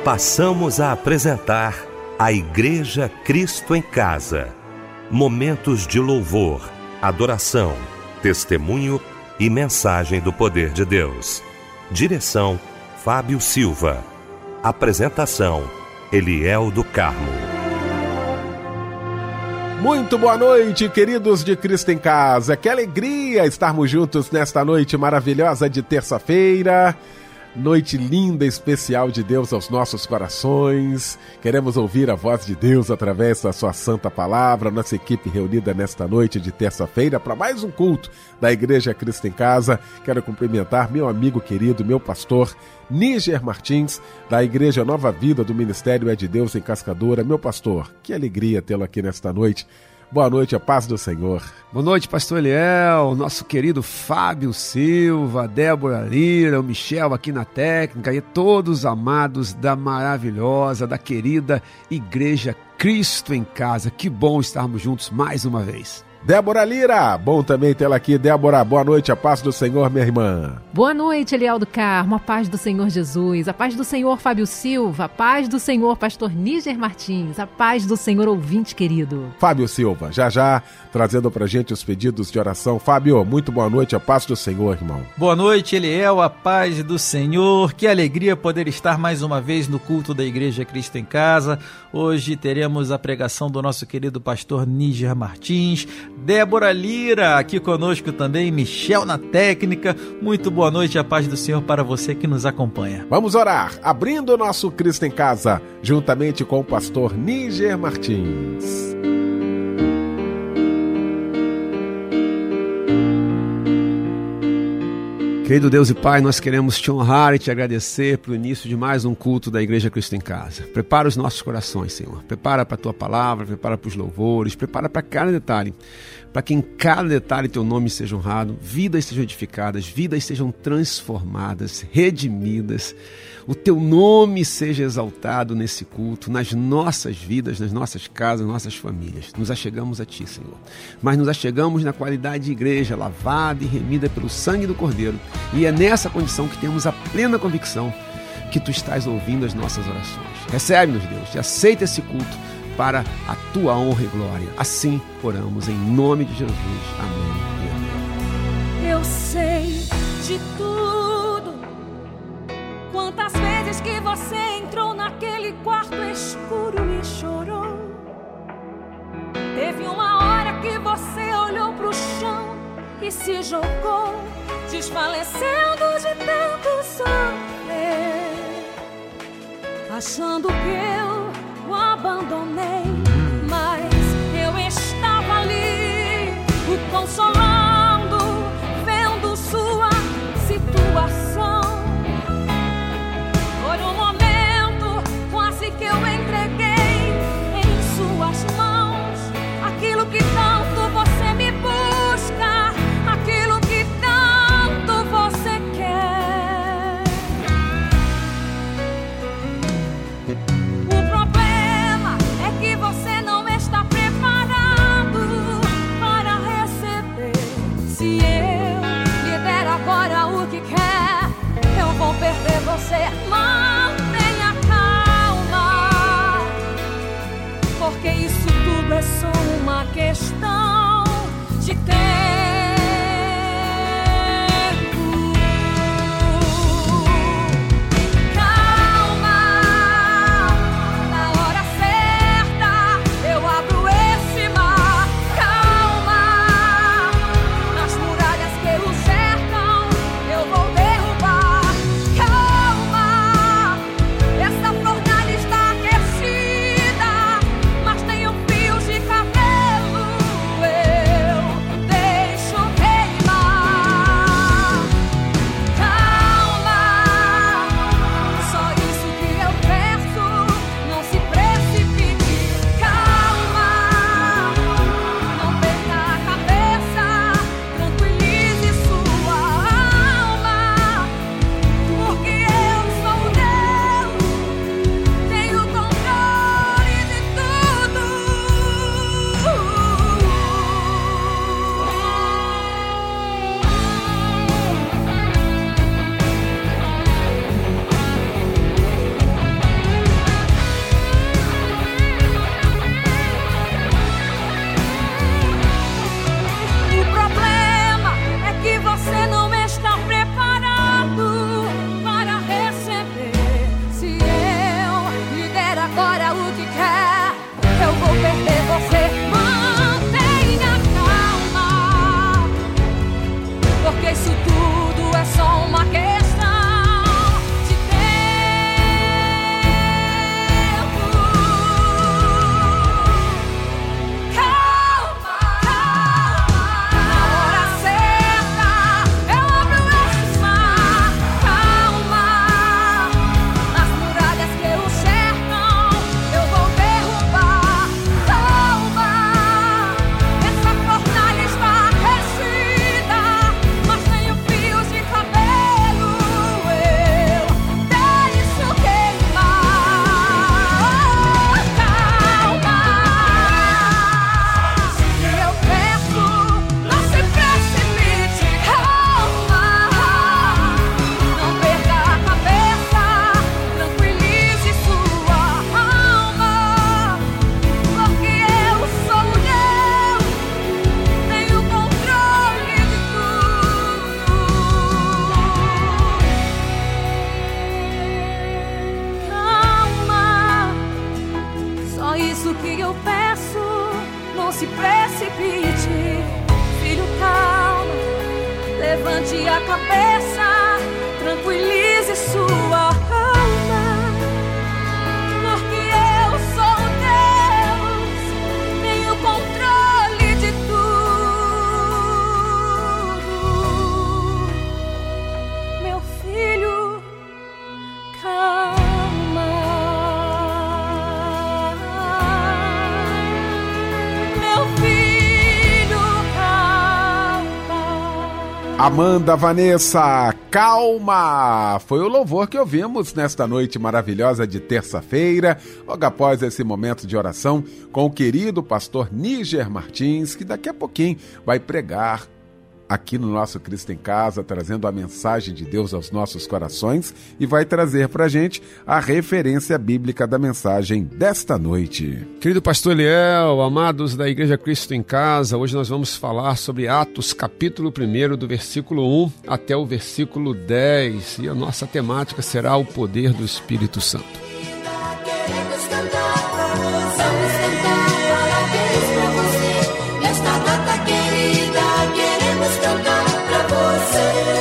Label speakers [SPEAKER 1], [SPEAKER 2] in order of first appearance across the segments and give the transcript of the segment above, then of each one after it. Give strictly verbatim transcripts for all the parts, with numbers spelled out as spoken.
[SPEAKER 1] Passamos a apresentar a Igreja Cristo em Casa. Momentos de louvor, adoração, testemunho e mensagem do poder de Deus. Direção, Fábio Silva. Apresentação, Eliel do Carmo.
[SPEAKER 2] Muito boa noite, queridos de Cristo em Casa. Que alegria estarmos juntos nesta noite maravilhosa de terça-feira. Noite linda, especial de Deus aos nossos corações. Queremos ouvir a voz de Deus através da sua santa palavra. Nossa equipe reunida nesta noite de terça-feira para mais um culto da Igreja Cristo em Casa. Quero cumprimentar meu amigo querido, meu pastor Níger Martins, da Igreja Nova Vida do Ministério É de Deus em Cascadura. Meu pastor, que alegria tê-lo aqui nesta noite. Boa noite, a paz do Senhor.
[SPEAKER 3] Boa noite, pastor Eliel, nosso querido Fábio Silva, Débora Lira, o Michel aqui na técnica e todos amados da maravilhosa, da querida Igreja Cristo em Casa. Que bom estarmos juntos mais uma vez.
[SPEAKER 2] Débora Lira, bom também tê-la aqui. Débora, boa noite, a paz do Senhor, minha irmã.
[SPEAKER 4] Boa noite, Eliel do Carmo, a paz do Senhor Jesus, a paz do Senhor Fábio Silva, a paz do Senhor pastor Níger Martins, a paz do Senhor ouvinte querido.
[SPEAKER 2] Fábio Silva, já já trazendo pra gente os pedidos de oração. Fábio, muito boa noite, a paz do Senhor, irmão.
[SPEAKER 5] Boa noite, Eliel, a paz do Senhor. Que alegria poder estar mais uma vez no culto da Igreja Cristo em Casa. Hoje teremos a pregação do nosso querido pastor Níger Martins, Débora Lira aqui conosco também, Michel na técnica. Muito boa noite, a paz do Senhor para você que nos acompanha.
[SPEAKER 2] Vamos orar, abrindo o nosso Cristo em Casa, juntamente com o pastor Níger Martins.
[SPEAKER 3] Querido Deus e Pai, nós queremos te honrar e te agradecer pelo início de mais um culto da Igreja Cristo em Casa. Prepara os nossos corações, Senhor. Prepara para a tua palavra, prepara para os louvores, prepara para cada detalhe, para que em cada detalhe teu nome seja honrado, vidas sejam edificadas, vidas sejam transformadas, redimidas. O teu nome seja exaltado nesse culto, nas nossas vidas, nas nossas casas, nas nossas famílias. Nos achegamos a ti, Senhor. Mas nos achegamos na qualidade de igreja, lavada e remida pelo sangue do Cordeiro. E é nessa condição que temos a plena convicção que tu estás ouvindo as nossas orações. Recebe-nos, Deus, e aceita esse culto para a tua honra e glória. Assim oramos em nome de Jesus. Amém e amém.
[SPEAKER 6] Eu sei de tudo, quantas vezes que você entrou naquele quarto escuro e chorou. Teve uma hora que você olhou pro chão e se jogou, desfalecendo de tanto sofrer, achando que eu o abandonei, mas eu estava ali, o consolando, vendo sua situação. Foi um momento quase que eu entreguei em suas mãos aquilo que tanto você me busca, aquilo que tanto você quer. O problema é que você não está preparado para receber. Se eu lhe der agora o que quer, eu vou perder você. Mantenha calma, porque isso tudo é só uma questão de tempo. Calma, na hora certa eu abro esse mar. Calma, nas muralhas que o cercam eu vou derrubar. Calma, essa fornalha está aquecida, mas tenho fios de cabelo levante a cabeça, tranquilize sua alma, porque eu sou Deus, tenho controle de tudo. Meu filho, calma. Meu filho, calma.
[SPEAKER 2] Amanda, Vanessa, calma! Foi o louvor que ouvimos nesta noite maravilhosa de terça-feira, logo após esse momento de oração com o querido pastor Níger Martins, que daqui a pouquinho vai pregar aqui no nosso Cristo em Casa, trazendo a mensagem de Deus aos nossos corações e vai trazer para a gente a referência bíblica da mensagem desta noite.
[SPEAKER 3] Querido pastor Eliel, amados da Igreja Cristo em Casa, hoje nós vamos falar sobre Atos, capítulo um, do versículo um até o versículo dez, e a nossa temática será o poder do Espírito Santo.
[SPEAKER 7] Queremos cantar pra você, vamos cantar parabéns pra você, nesta data querida, queremos cantar pra você.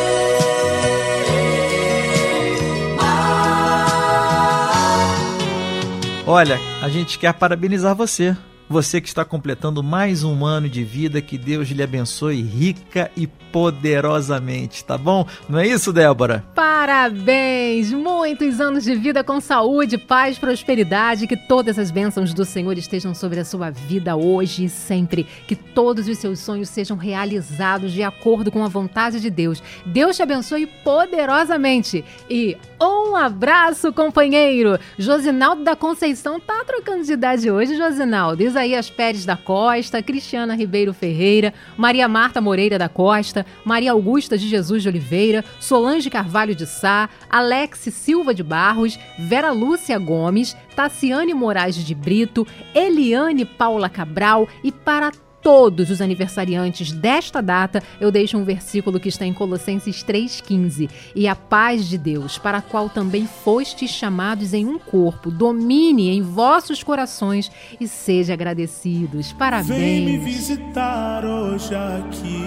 [SPEAKER 7] Ah.
[SPEAKER 5] Olha, a gente quer parabenizar você. Você que está completando mais um ano de vida, que Deus lhe abençoe rica e poderosamente, tá bom? Não é isso, Débora?
[SPEAKER 4] Parabéns! Muitos anos de vida com saúde, paz, prosperidade, que todas as bênçãos do Senhor estejam sobre a sua vida hoje e sempre, que todos os seus sonhos sejam realizados de acordo com a vontade de Deus. Deus te abençoe poderosamente. E um abraço, companheiro! Josinaldo da Conceição tá trocando de idade hoje, Josinaldo. Isaías Pérez da Costa, Cristiana Ribeiro Ferreira, Maria Marta Moreira da Costa, Maria Augusta de Jesus de Oliveira, Solange Carvalho de Sá, Alex Silva de Barros, Vera Lúcia Gomes, Tassiane Moraes de Brito, Eliane Paula Cabral, e para todos os aniversariantes desta data, eu deixo um versículo que está em Colossenses três quinze. E a paz de Deus, para a qual também fostes chamados em um corpo, domine em vossos corações e seja agradecidos. Parabéns.
[SPEAKER 8] Vem me visitar hoje aqui.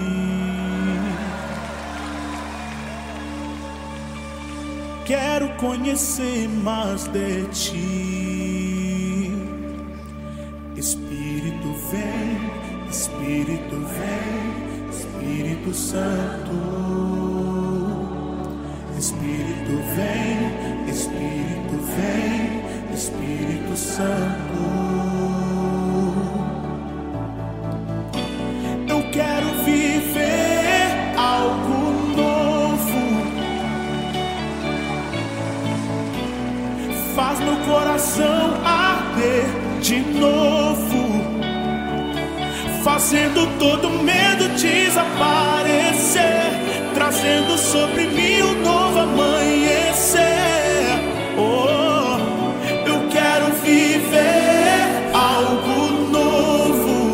[SPEAKER 8] Quero conhecer mais de ti. Espírito vem, Espírito vem, Espírito Santo. Espírito vem, Espírito vem, Espírito Santo. Eu quero viver algo novo. Faz meu coração arder de novo, fazendo todo medo desaparecer, trazendo sobre mim um novo amanhecer. Oh, eu quero viver algo novo.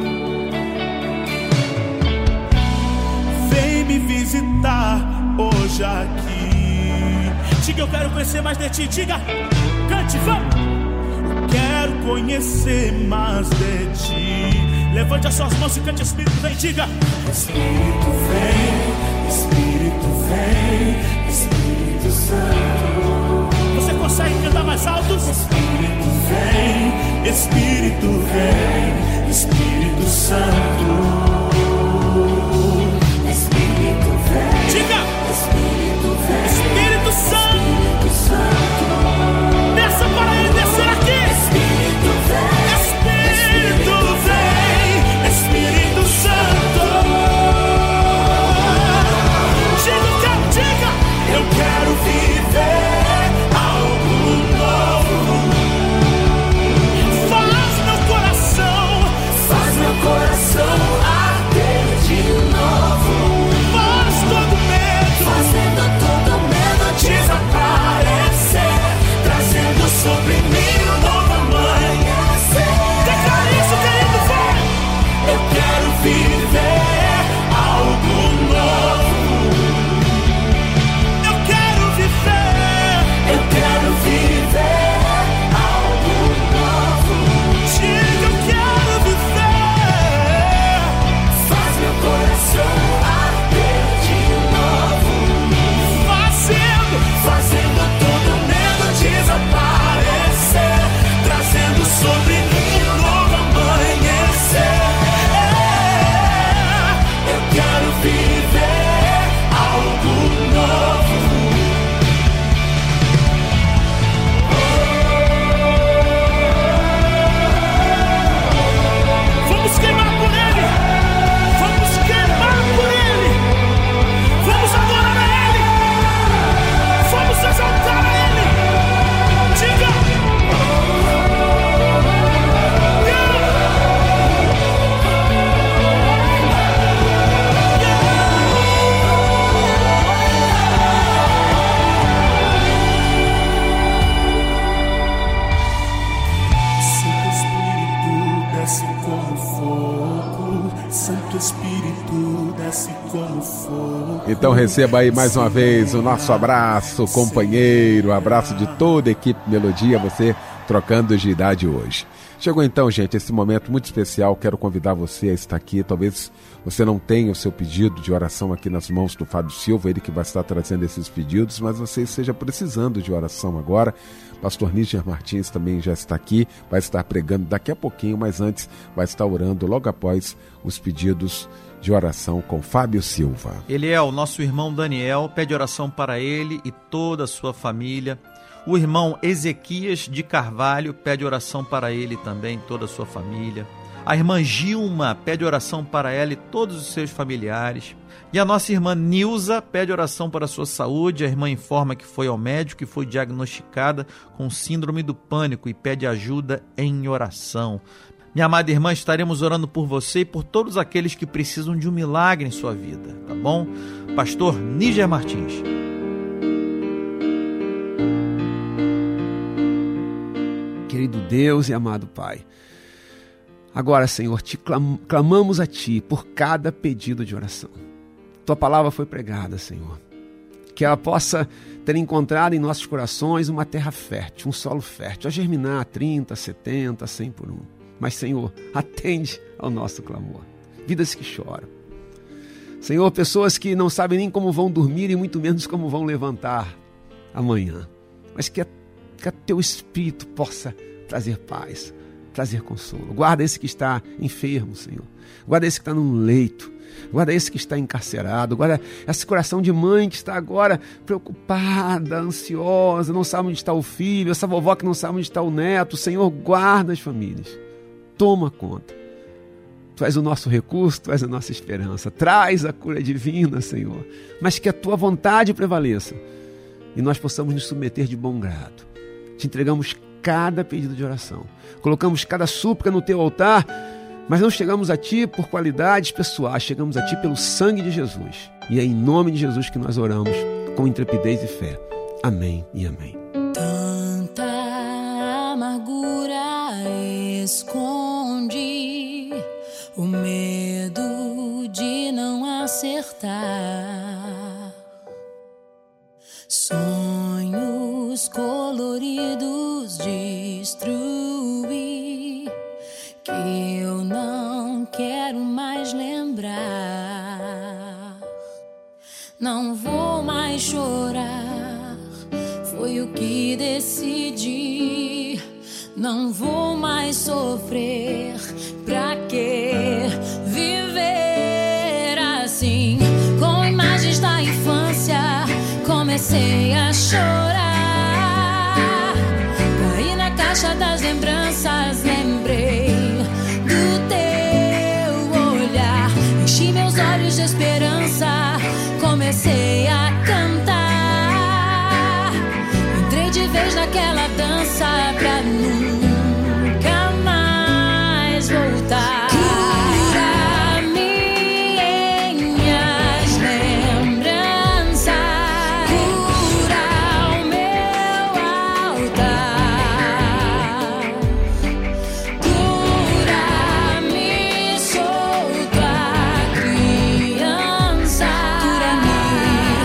[SPEAKER 8] Vem me visitar hoje aqui. Diga, eu quero conhecer mais de ti. Diga, cante, vamos. Quero conhecer mais de ti. Levante as suas mãos e cante. Espírito vem, diga. Espírito vem, Espírito vem, Espírito Santo. Você consegue cantar mais alto? Espírito vem, Espírito vem, Espírito Santo. Espírito vem, diga. Espírito vem, Espírito Santo. Espírito Santo. Desça para ele descer aqui. Espírito vem, Espírito vem, Espírito Santo. Diga, diga, eu quero viver algo novo. Faz meu coração, faz meu coração desce como fogo.
[SPEAKER 2] Então receba aí mais uma vez o nosso abraço, companheiro, abraço de toda a equipe Melodia, você trocando de idade hoje. Chegou então, gente, esse momento muito especial. Quero convidar você a estar aqui. Talvez você não tenha o seu pedido de oração aqui nas mãos do Fábio Silva, ele que vai estar trazendo esses pedidos, mas você esteja precisando de oração agora. Pastor Níger Martins também já está aqui, vai estar pregando daqui a pouquinho, mas antes vai estar orando logo após os pedidos de oração com Fábio Silva.
[SPEAKER 5] Ele é o nosso irmão Daniel, pede oração para ele e toda a sua família. O irmão Ezequias de Carvalho pede oração para ele também, toda a sua família. A irmã Gilma pede oração para ela e todos os seus familiares. E a nossa irmã Nilza pede oração para a sua saúde. A irmã informa que foi ao médico e foi diagnosticada com síndrome do pânico e pede ajuda em oração. Minha amada irmã, estaremos orando por você e por todos aqueles que precisam de um milagre em sua vida, tá bom? Pastor Níger Martins.
[SPEAKER 3] Querido Deus e amado Pai, agora, Senhor, te clam- clamamos a Ti por cada pedido de oração. Tua palavra foi pregada, Senhor. Que ela possa ter encontrado em nossos corações uma terra fértil, um solo fértil, a germinar trinta, setenta, cem por um. Mas, Senhor, atende ao nosso clamor. Vidas que choram. Senhor, pessoas que não sabem nem como vão dormir e muito menos como vão levantar amanhã. Mas que a, que a Teu Espírito possa trazer paz, trazer consolo. Guarda esse que está enfermo, Senhor. Guarda esse que está num leito. Guarda esse que está encarcerado. Guarda esse coração de mãe que está agora preocupada, ansiosa, não sabe onde está o filho, essa vovó que não sabe onde está o neto. Senhor, guarda as famílias. Toma conta. Tu és o nosso recurso, Tu és a nossa esperança. Traz a cura divina, Senhor. Mas que a Tua vontade prevaleça e nós possamos nos submeter de bom grado. Te entregamos cada pedido de oração. Colocamos cada súplica no Teu altar, mas não chegamos a Ti por qualidades pessoais, chegamos a Ti pelo sangue de Jesus. E é em nome de Jesus que nós oramos com intrepidez e fé. Amém e amém.
[SPEAKER 6] Tanta amargura esconde o medo de não acertar. Sonhos coloridos destruir que eu não quero mais lembrar. Não vou mais chorar, foi o que decidi. Não vou mais sofrer, pra que viver assim? Com imagens da infância comecei a chorar. Caí na caixa das lembranças, lembrei do Teu olhar. Enchi meus olhos de esperança, comecei a cantar. Entrei de vez naquela dança pra nunca mais voltar. Cura-me,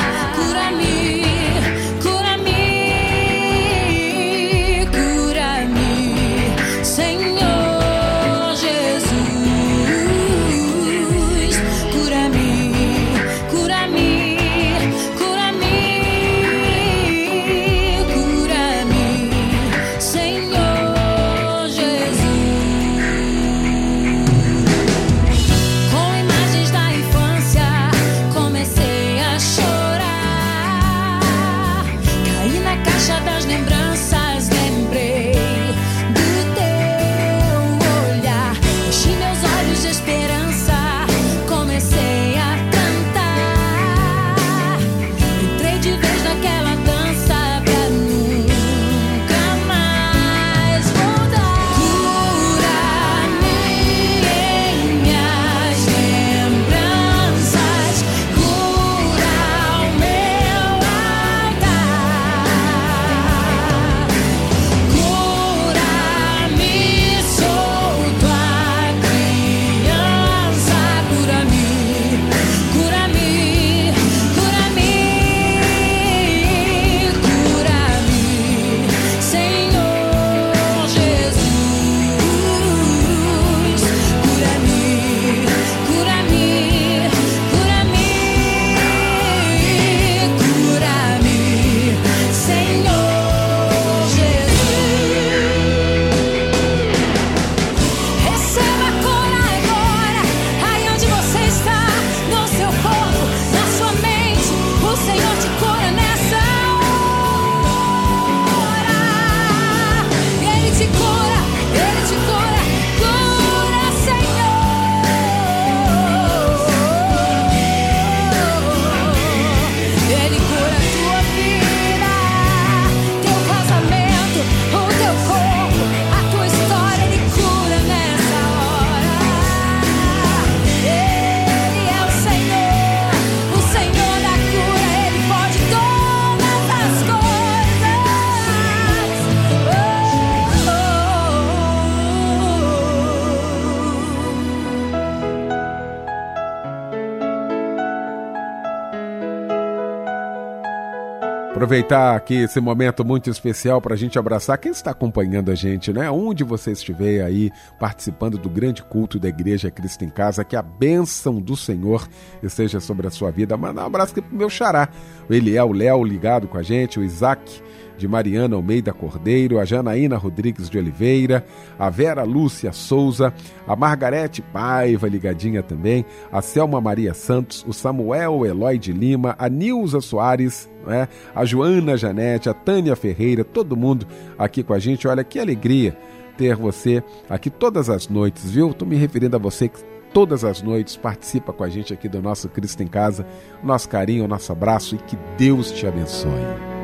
[SPEAKER 2] Aproveitar aqui esse momento muito especial para a gente abraçar quem está acompanhando a gente, né? Onde você estiver aí participando do grande culto da Igreja Cristo em Casa, que a bênção do Senhor esteja sobre a sua vida. Mandar um abraço aqui pro meu xará, o Eliel, o Léo ligado com a gente, o Isaac de Mariana Almeida Cordeiro, a Janaína Rodrigues de Oliveira, a Vera Lúcia Souza, a Margarete Paiva ligadinha também, a Selma Maria Santos, o Samuel Eloy de Lima, a Nilza Soares, né? A Joana Janete, a Tânia Ferreira, todo mundo aqui com a gente. Olha que alegria ter você aqui todas as noites, viu? Estou me referindo a você que todas as noites participa com a gente aqui do nosso Cristo em Casa. O nosso carinho, o nosso abraço e que Deus te abençoe.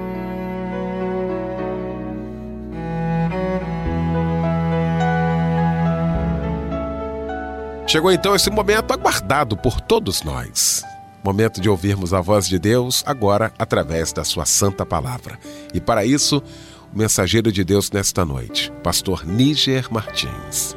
[SPEAKER 2] Chegou então esse momento aguardado por todos nós. Momento de ouvirmos a voz de Deus, agora através da sua santa palavra. E para isso, o mensageiro de Deus nesta noite, pastor Níger Martins.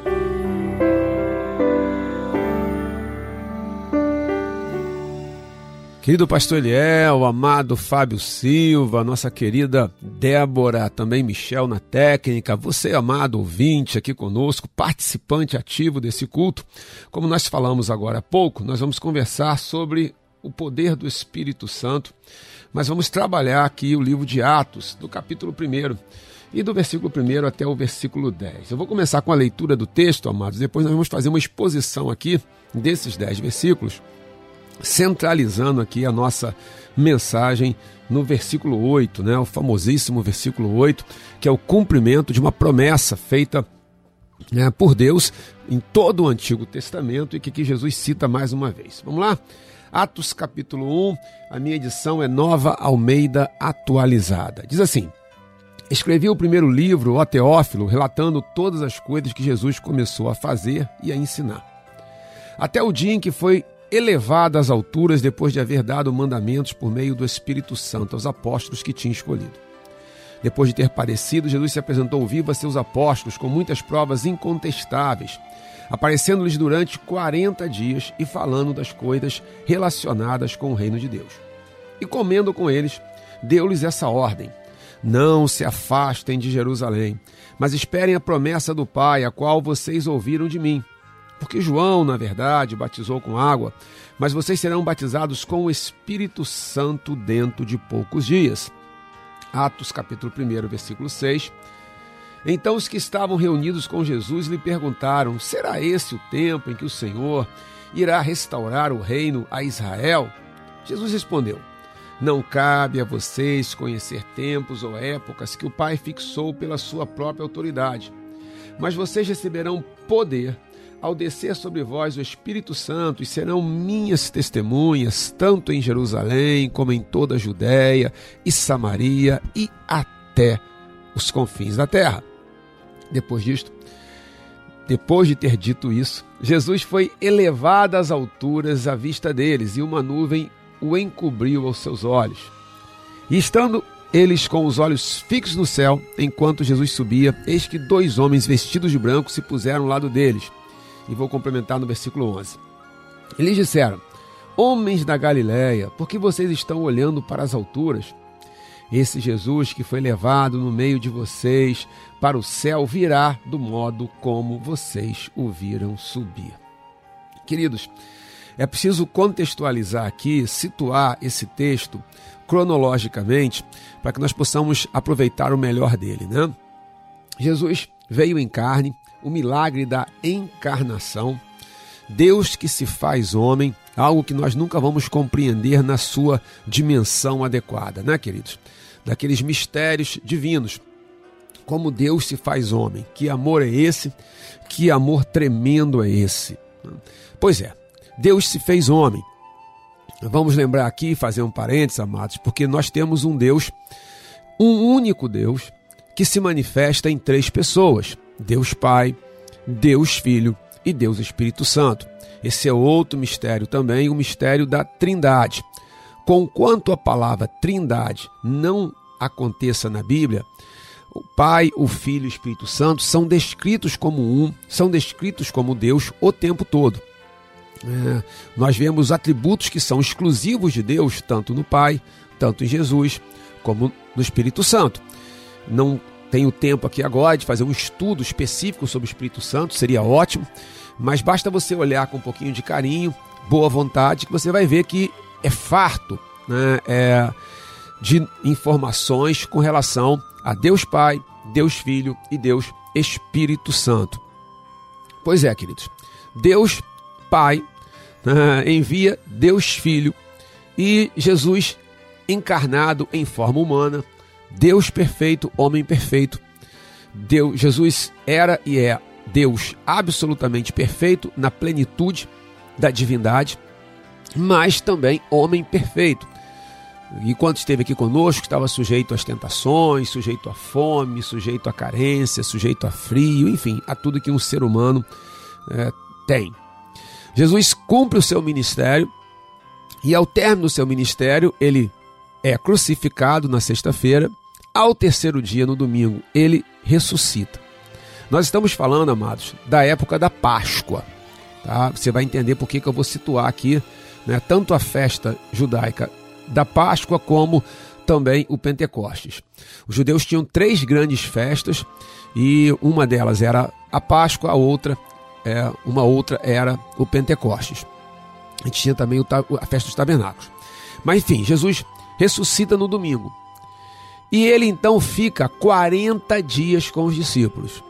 [SPEAKER 3] Querido pastor Eliel, amado Fábio Silva, nossa querida Débora, também Michel na técnica, você, amado ouvinte aqui conosco, participante ativo desse culto. Como nós falamos agora há pouco, nós vamos conversar sobre o poder do Espírito Santo, mas vamos trabalhar aqui o livro de Atos, do capítulo primeiro, e do versículo primeiro até o versículo dez. Eu vou começar com a leitura do texto, amados, depois nós vamos fazer uma exposição aqui desses dez versículos, centralizando aqui a nossa mensagem no versículo oito, né, o famosíssimo versículo oito, que é o cumprimento de uma promessa feita, né, por Deus em todo o Antigo Testamento e que, que Jesus cita mais uma vez. Vamos lá? Atos capítulo um, a minha edição é Nova Almeida Atualizada. Diz assim: escrevi o primeiro livro, ó Teófilo, relatando todas as coisas que Jesus começou a fazer e a ensinar, até o dia em que foi elevado às alturas depois de haver dado mandamentos por meio do Espírito Santo aos apóstolos que tinha escolhido. Depois de ter parecido, Jesus se apresentou vivo a seus apóstolos com muitas provas incontestáveis, aparecendo-lhes durante quarenta dias e falando das coisas relacionadas com o reino de Deus. E comendo com eles, deu-lhes essa ordem: não se afastem de Jerusalém, mas esperem a promessa do Pai, a qual vocês ouviram de mim. Porque João, na verdade, batizou com água, mas vocês serão batizados com o Espírito Santo dentro de poucos dias. Atos capítulo um, versículo seis. Então os que estavam reunidos com Jesus lhe perguntaram: será esse o tempo em que o Senhor irá restaurar o reino a Israel? Jesus respondeu: não cabe a vocês conhecer tempos ou épocas que o Pai fixou pela sua própria autoridade, mas vocês receberão poder ao descer sobre vós o Espírito Santo, e serão minhas testemunhas, tanto em Jerusalém, como em toda a Judéia e Samaria, e até os confins da terra. Depois disto, depois de ter dito isso, Jesus foi elevado às alturas à vista deles, e uma nuvem o encobriu aos seus olhos. E estando eles com os olhos fixos no céu, enquanto Jesus subia, eis que dois homens vestidos de branco se puseram ao lado deles. E vou complementar no versículo onze. Eles disseram: homens da Galileia, por que vocês estão olhando para as alturas? Esse Jesus que foi levado no meio de vocês para o céu virá do modo como vocês o viram subir. Queridos, é preciso contextualizar aqui, situar esse texto cronologicamente, para que nós possamos aproveitar o melhor dele, né? Jesus veio em carne, o milagre da encarnação, Deus que se faz homem, algo que nós nunca vamos compreender na sua dimensão adequada, né, queridos? Daqueles mistérios divinos, como Deus se faz homem. Que amor é esse? Que amor tremendo é esse? Pois é, Deus se fez homem. Vamos lembrar aqui, fazer um parênteses, amados, porque nós temos um Deus, um único Deus, que se manifesta em três pessoas: Deus Pai, Deus Filho e Deus Espírito Santo. Esse é outro mistério também, o mistério da Trindade. Conquanto a palavra Trindade não aconteça na Bíblia, o Pai, o Filho e o Espírito Santo são descritos como um, são descritos como Deus o tempo todo. É, nós vemos atributos que são exclusivos de Deus, tanto no Pai, tanto em Jesus como no Espírito Santo. Não tenho tempo aqui agora de fazer um estudo específico sobre o Espírito Santo, seria ótimo, mas basta você olhar com um pouquinho de carinho, boa vontade, que você vai ver que é farto, né, é, de informações com relação a Deus Pai, Deus Filho e Deus Espírito Santo. Pois é, queridos, Deus Pai né, envia Deus Filho e Jesus encarnado em forma humana, Deus perfeito, homem perfeito. Deus, Jesus era e é Deus absolutamente perfeito na plenitude da divindade, mas também homem perfeito. E quando esteve aqui conosco, estava sujeito às tentações, sujeito à fome, sujeito à carência, sujeito a frio, enfim, a tudo que um ser humano é, tem. Jesus cumpre o seu ministério e ao término do seu ministério, ele é crucificado na sexta-feira. Ao terceiro dia, no domingo, ele ressuscita. Nós estamos falando, amados, da época da Páscoa. Tá? Você vai entender por que que eu vou situar aqui, né, tanto a festa judaica da Páscoa como também o Pentecostes. Os judeus tinham três grandes festas e uma delas era a Páscoa, a outra, é, uma outra era o Pentecostes. A gente tinha também o, a festa dos tabernáculos. Mas enfim, Jesus ressuscita no domingo. E ele então fica quarenta dias com os discípulos.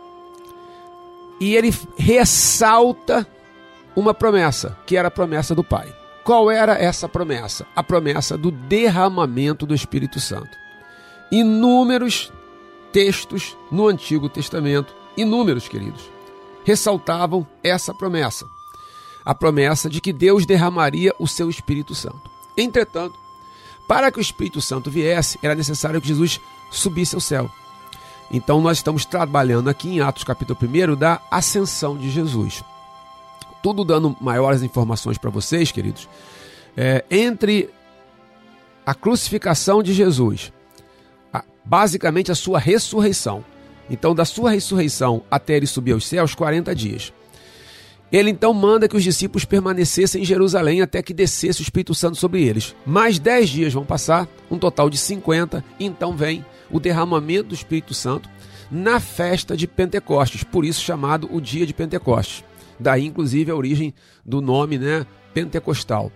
[SPEAKER 3] E ele ressalta uma promessa, que era a promessa do Pai. Qual era essa promessa? A promessa do derramamento do Espírito Santo. Inúmeros textos no Antigo Testamento, inúmeros, queridos, ressaltavam essa promessa. A promessa de que Deus derramaria o seu Espírito Santo. Entretanto, para que o Espírito Santo viesse, era necessário que Jesus subisse ao céu. Então nós estamos trabalhando aqui em Atos capítulo um da ascensão de Jesus. Tudo dando maiores informações para vocês, queridos. É, entre a crucificação de Jesus, a, basicamente a sua ressurreição. Então da sua ressurreição até ele subir aos céus, quarenta dias. Ele então manda que os discípulos permanecessem em Jerusalém até que descesse o Espírito Santo sobre eles. Mais dez dias vão passar, um total de cinquenta, e então vem o derramamento do Espírito Santo na festa de Pentecostes, por isso chamado o dia de Pentecostes. Daí, inclusive, a origem do nome, né, pentecostal.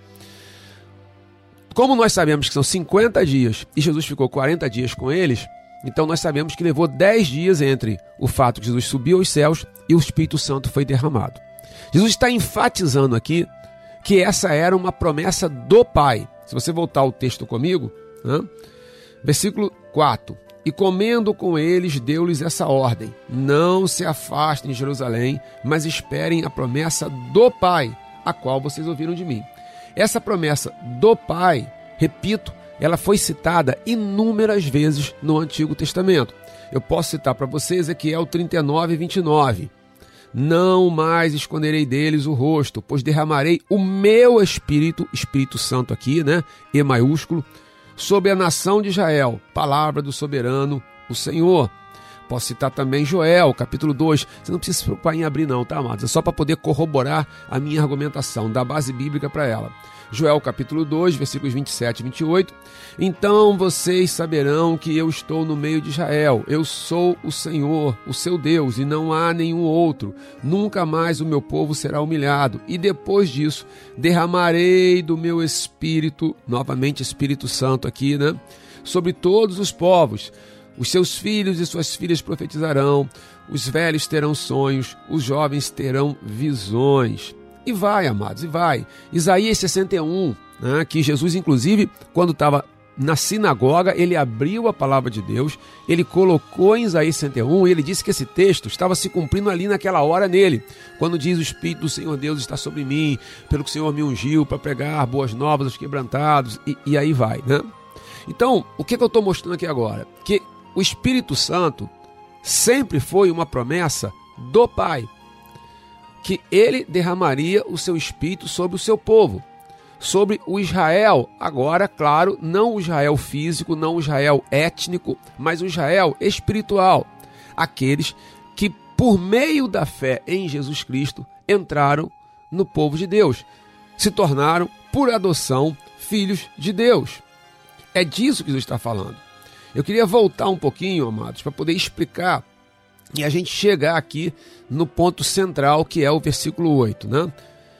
[SPEAKER 3] Como nós sabemos que são cinquenta dias e Jesus ficou quarenta dias com eles, então nós sabemos que levou dez dias entre o fato que Jesus subiu aos céus e o Espírito Santo foi derramado. Jesus está enfatizando aqui que essa era uma promessa do Pai. Se você voltar ao texto comigo, né? Versículo quatro. E comendo com eles, deu-lhes essa ordem: não se afastem de Jerusalém, mas esperem a promessa do Pai, a qual vocês ouviram de mim. Essa promessa do Pai, repito, ela foi citada inúmeras vezes no Antigo Testamento. Eu posso citar para vocês Ezequiel trinta e nove, vinte e nove. Não mais esconderei deles o rosto, pois derramarei o meu Espírito, Espírito Santo aqui, né, E maiúsculo, sobre a nação de Israel, palavra do soberano, o Senhor. Posso citar também Joel, capítulo dois. Você não precisa se preocupar em abrir não, tá, amados? É só para poder corroborar a minha argumentação, dar base bíblica para ela. Joel, capítulo dois, versículos vinte e sete e vinte e oito. Então vocês saberão que eu estou no meio de Israel. Eu sou o Senhor, o seu Deus, e não há nenhum outro. Nunca mais o meu povo será humilhado. E depois disso, derramarei do meu Espírito, novamente Espírito Santo aqui, né? Sobre todos os povos. Os seus filhos e suas filhas profetizarão, os velhos terão sonhos, os jovens terão visões. E vai, amados, e vai. Isaías sessenta e um, né, que Jesus, inclusive, quando estava na sinagoga, ele abriu a palavra de Deus, ele colocou em Isaías sessenta e um, e ele disse que esse texto estava se cumprindo ali naquela hora nele, quando diz: o Espírito do Senhor Deus está sobre mim, pelo que o Senhor me ungiu para pregar boas novas aos quebrantados, e, e aí vai, né? Então, o que, que eu estou mostrando aqui agora? Que o Espírito Santo sempre foi uma promessa do Pai, que ele derramaria o seu Espírito sobre o seu povo, sobre o Israel, agora, claro, não o Israel físico, não o Israel étnico, mas o Israel espiritual, aqueles que, por meio da fé em Jesus Cristo, entraram no povo de Deus, se tornaram, por adoção, filhos de Deus. É disso que Jesus está falando. Eu queria voltar um pouquinho, amados, para poder explicar e a gente chegar aqui no ponto central, que é o versículo oito, né?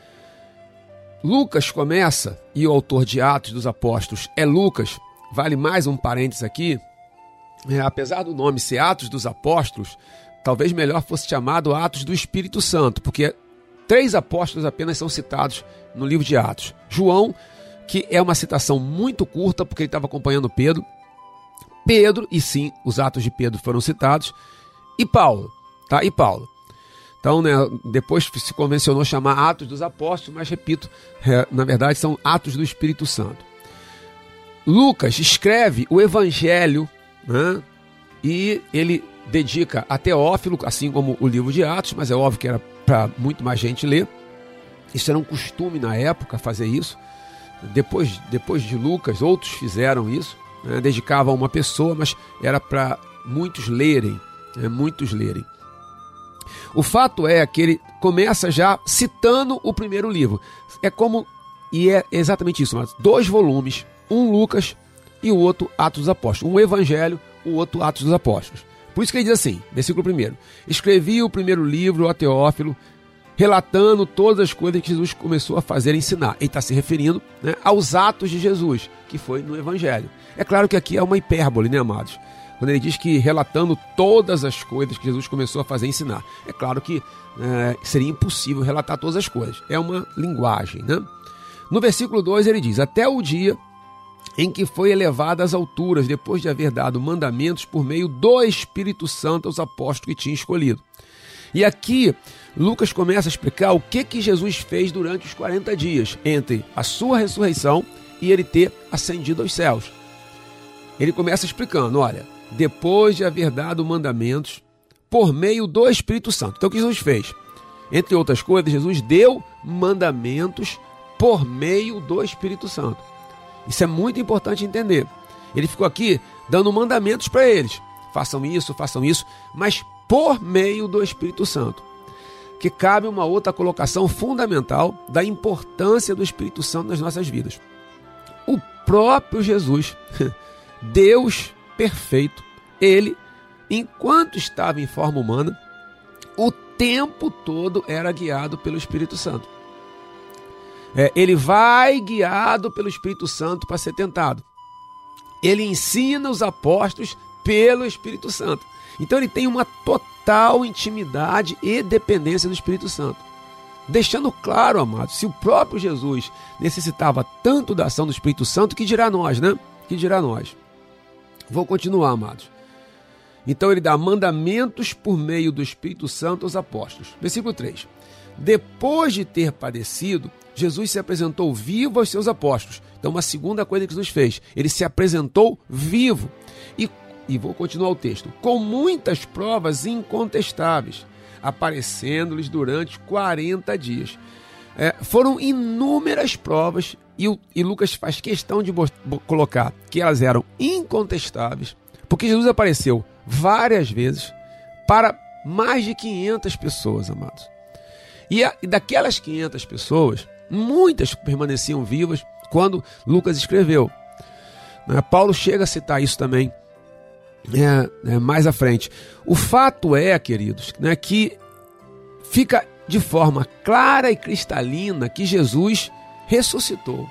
[SPEAKER 3] Lucas começa, e o autor de Atos dos Apóstolos é Lucas, vale mais um parênteses aqui, é, apesar do nome ser Atos dos Apóstolos, talvez melhor fosse chamado Atos do Espírito Santo, porque três apóstolos apenas são citados no livro de Atos. João, que é uma citação muito curta, porque ele estava acompanhando Pedro. Pedro, e sim, os Atos de Pedro foram citados. E Paulo, tá? E Paulo. Então, né, depois se convencionou chamar Atos dos Apóstolos, mas repito, é, na verdade são Atos do Espírito Santo. Lucas escreve o Evangelho, né, e ele dedica a Teófilo, assim como o livro de Atos, mas é óbvio que era para muito mais gente ler. Isso era um costume na época, fazer isso. Depois, depois de Lucas, outros fizeram isso, né? Dedicavam a uma pessoa, mas era para muitos lerem, né? muitos lerem. O fato é que ele começa já citando o primeiro livro. É como, e é exatamente isso, mas dois volumes, um Lucas e o outro Atos dos Apóstolos. Um Evangelho, o outro Atos dos Apóstolos. Por isso que ele diz assim, versículo primeiro: escrevi o primeiro livro a Teófilo, relatando todas as coisas que Jesus começou a fazer e ensinar. Ele está se referindo, né, aos atos de Jesus, que foi no Evangelho. É claro que aqui é uma hipérbole, né, amados? Quando ele diz que relatando todas as coisas que Jesus começou a fazer e ensinar. É claro que é, seria impossível relatar todas as coisas. É uma linguagem, né? No versículo dois ele diz: até o dia em que foi elevado às alturas, depois de haver dado mandamentos por meio do Espírito Santo aos apóstolos que tinha escolhido. E aqui Lucas começa a explicar o que, que Jesus fez durante os quarenta dias, entre a sua ressurreição e ele ter ascendido aos céus. Ele começa explicando, olha, depois de haver dado mandamentos por meio do Espírito Santo. Então o que Jesus fez? Entre outras coisas, Jesus deu mandamentos por meio do Espírito Santo. Isso é muito importante entender. Ele ficou aqui dando mandamentos para eles. Façam isso, façam isso, mas por meio do Espírito Santo. Que cabe uma outra colocação fundamental da importância do Espírito Santo nas nossas vidas. O próprio Jesus, Deus perfeito, ele, enquanto estava em forma humana, o tempo todo era guiado pelo Espírito Santo. É, ele vai guiado pelo Espírito Santo para ser tentado. Ele ensina os apóstolos pelo Espírito Santo. Então ele tem uma total intimidade e dependência do Espírito Santo. Deixando claro, amados, se o próprio Jesus necessitava tanto da ação do Espírito Santo, que dirá nós, né? Que dirá nós. Vou continuar, amados. Então ele dá mandamentos por meio do Espírito Santo aos apóstolos. Versículo três. Depois de ter padecido, Jesus se apresentou vivo aos seus apóstolos. Então uma segunda coisa que Jesus fez, ele se apresentou vivo. E, e vou continuar o texto. Com muitas provas incontestáveis, aparecendo-lhes durante quarenta dias. É, foram inúmeras provas e, o, e Lucas faz questão de bo- colocar que elas eram incontestáveis, porque Jesus apareceu várias vezes para mais de quinhentas pessoas, amados. E, a, e daquelas quinhentas pessoas, muitas permaneciam vivas quando Lucas escreveu. Né? Paulo chega a citar isso também é, é, mais à frente. O fato é, queridos, né, que fica de forma clara e cristalina que Jesus ressuscitou.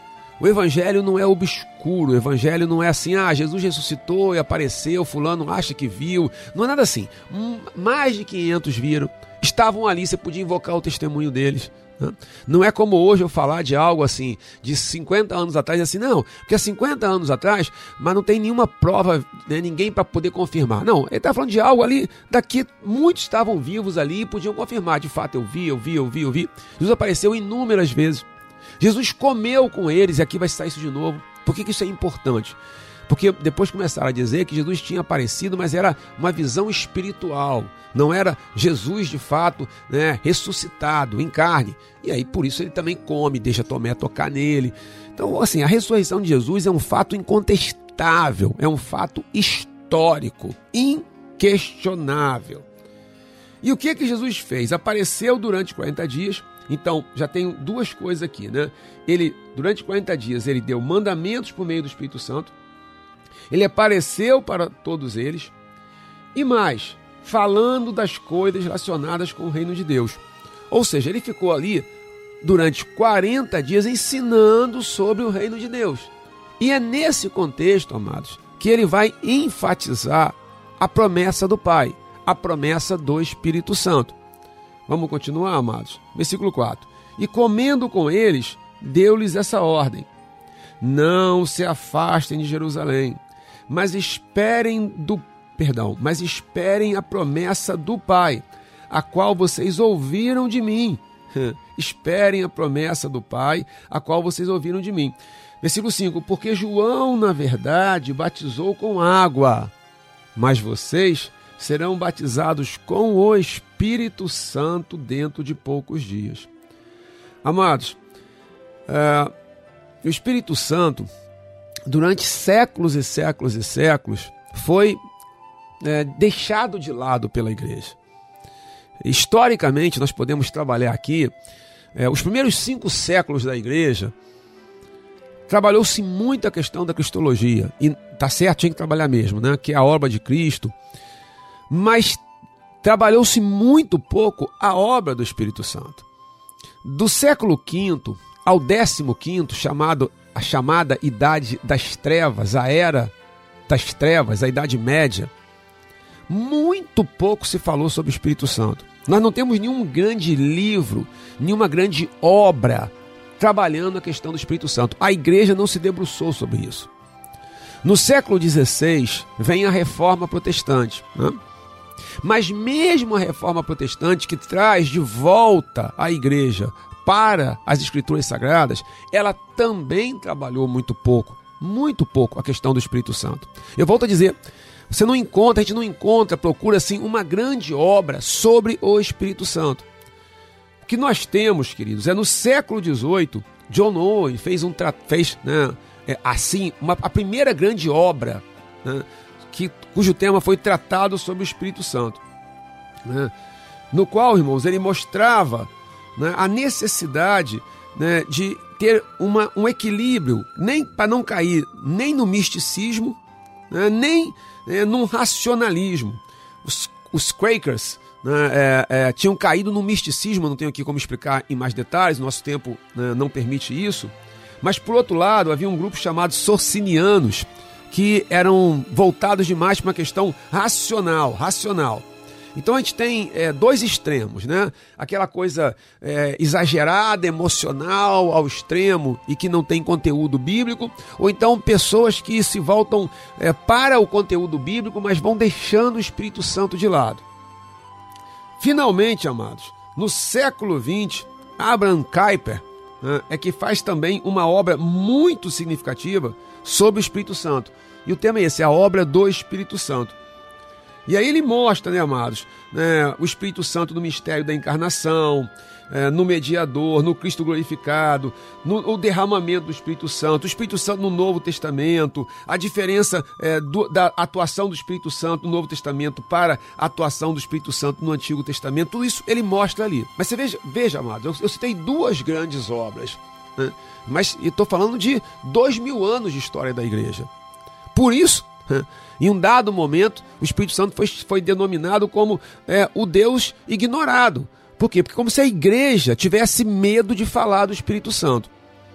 [SPEAKER 3] O evangelho não é obscuro, o evangelho não é assim, ah, Jesus ressuscitou e apareceu, fulano acha que viu. Não é nada assim. Mais de quinhentos viram, estavam ali, você podia invocar o testemunho deles. Né? Não é como hoje eu falar de algo assim, de cinquenta anos atrás, assim, não, porque há cinquenta anos atrás, mas não tem nenhuma prova, né, ninguém para poder confirmar. Não, ele está falando de algo ali, daqui muitos estavam vivos ali e podiam confirmar, de fato eu vi, eu vi, eu vi, eu vi. Jesus apareceu inúmeras vezes. Jesus comeu com eles, e aqui vai sair isso de novo. Por que que isso é importante? Porque depois começaram a dizer que Jesus tinha aparecido, mas era uma visão espiritual. Não era Jesus de fato, né, ressuscitado em carne. E aí por isso ele também come, deixa Tomé tocar nele. Então assim, a ressurreição de Jesus é um fato incontestável, é um fato histórico, inquestionável. E o que que Jesus fez? Apareceu durante quarenta dias Então, já tenho duas coisas aqui, né? Ele, durante quarenta dias, ele deu mandamentos por meio do Espírito Santo, ele apareceu para todos eles, e mais, falando das coisas relacionadas com o reino de Deus. Ou seja, ele ficou ali durante quarenta dias ensinando sobre o reino de Deus. E é nesse contexto, amados, que ele vai enfatizar a promessa do Pai, a promessa do Espírito Santo. Vamos continuar, amados? Versículo quatro. E comendo com eles, deu-lhes essa ordem: não se afastem de Jerusalém, mas esperem do perdão, mas esperem a promessa do Pai, a qual vocês ouviram de mim. Esperem a promessa do Pai, a qual vocês ouviram de mim. Versículo cinco. Porque João, na verdade, batizou com água, mas vocês serão batizados com o Espírito Santo dentro de poucos dias. Amados, é, o Espírito Santo, durante séculos e séculos e séculos, foi é, deixado de lado pela igreja. Historicamente, nós podemos trabalhar aqui, é, os primeiros cinco séculos da igreja, trabalhou-se muito a questão da cristologia, e tá certo, tinha que trabalhar mesmo, né? Que é a obra de Cristo, mas trabalhou-se muito pouco a obra do Espírito Santo. Do século quinto ao décimo quinto, chamado, a chamada Idade das Trevas, a Era das Trevas, a Idade Média, muito pouco se falou sobre o Espírito Santo. Nós não temos nenhum grande livro, nenhuma grande obra trabalhando a questão do Espírito Santo. A igreja não se debruçou sobre isso. No século dezesseis vem a Reforma Protestante, né? Mas mesmo a Reforma Protestante, que traz de volta a igreja para as Escrituras Sagradas, ela também trabalhou muito pouco, muito pouco a questão do Espírito Santo. Eu volto a dizer, você não encontra, a gente não encontra, procura assim uma grande obra sobre o Espírito Santo. O que nós temos, queridos, é no século dezoito, John Owen fez, um, fez né, é, assim, uma, a primeira grande obra, né, que, cujo tema foi tratado sobre o Espírito Santo, né, no qual, irmãos, ele mostrava, né, a necessidade, né, de ter uma, um equilíbrio, nem para não cair nem no misticismo, né, nem é, num racionalismo. Os, os Quakers né, é, é, tinham caído no misticismo, não tenho aqui como explicar em mais detalhes, nosso tempo né, não permite isso, mas por outro lado havia um grupo chamado Socinianos, que eram voltados demais para uma questão racional, racional. Então a gente tem é, dois extremos, né? Aquela coisa é, exagerada, emocional ao extremo e que não tem conteúdo bíblico, ou então pessoas que se voltam é, para o conteúdo bíblico, mas vão deixando o Espírito Santo de lado. Finalmente, amados, no século vinte, Abraham Kuyper né, é que faz também uma obra muito significativa sobre o Espírito Santo. E o tema é esse, a obra do Espírito Santo. E aí ele mostra, né, amados, né, o Espírito Santo no mistério da encarnação, é, no mediador, no Cristo glorificado, no o derramamento do Espírito Santo, o Espírito Santo no Novo Testamento, a diferença é, do, da atuação do Espírito Santo no Novo Testamento para a atuação do Espírito Santo no Antigo Testamento, tudo isso ele mostra ali. Mas você veja, veja amados, eu, eu citei duas grandes obras, né, mas estou falando de dois mil anos de história da igreja. Por isso, em um dado momento, o Espírito Santo foi, foi denominado como é, o Deus ignorado. Por quê? Porque como se a igreja tivesse medo de falar do Espírito Santo.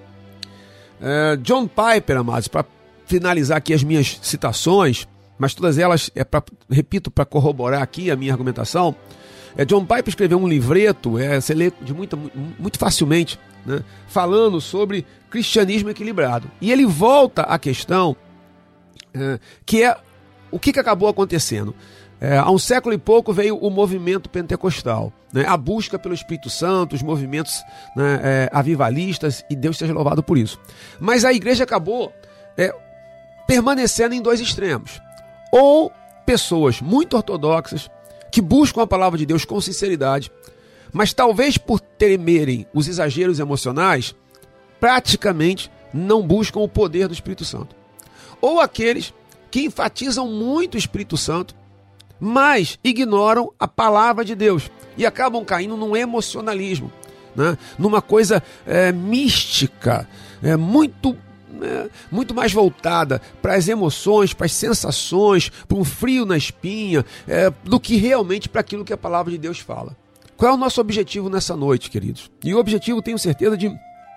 [SPEAKER 3] É, John Piper, amados, para finalizar aqui as minhas citações, mas todas elas, é pra, repito, para corroborar aqui a minha argumentação, é, John Piper escreveu um livreto, é, você lê de muito, muito facilmente, né, falando sobre cristianismo equilibrado. E ele volta à questão É, que é o que, que acabou acontecendo. É, há um século e pouco veio o movimento pentecostal, né, a busca pelo Espírito Santo, os movimentos né, é, avivalistas, e Deus seja louvado por isso. Mas a igreja acabou é, permanecendo em dois extremos. Ou pessoas muito ortodoxas, que buscam a palavra de Deus com sinceridade, mas talvez por temerem os exageros emocionais, praticamente não buscam o poder do Espírito Santo. Ou aqueles que enfatizam muito o Espírito Santo, mas ignoram a palavra de Deus e acabam caindo num emocionalismo. né? Numa coisa é, mística, é, muito, é, muito mais voltada para as emoções, para as sensações, para um frio na espinha, é, do que realmente para aquilo que a palavra de Deus fala. Qual é o nosso objetivo nessa noite, queridos? E o objetivo, tenho certeza, de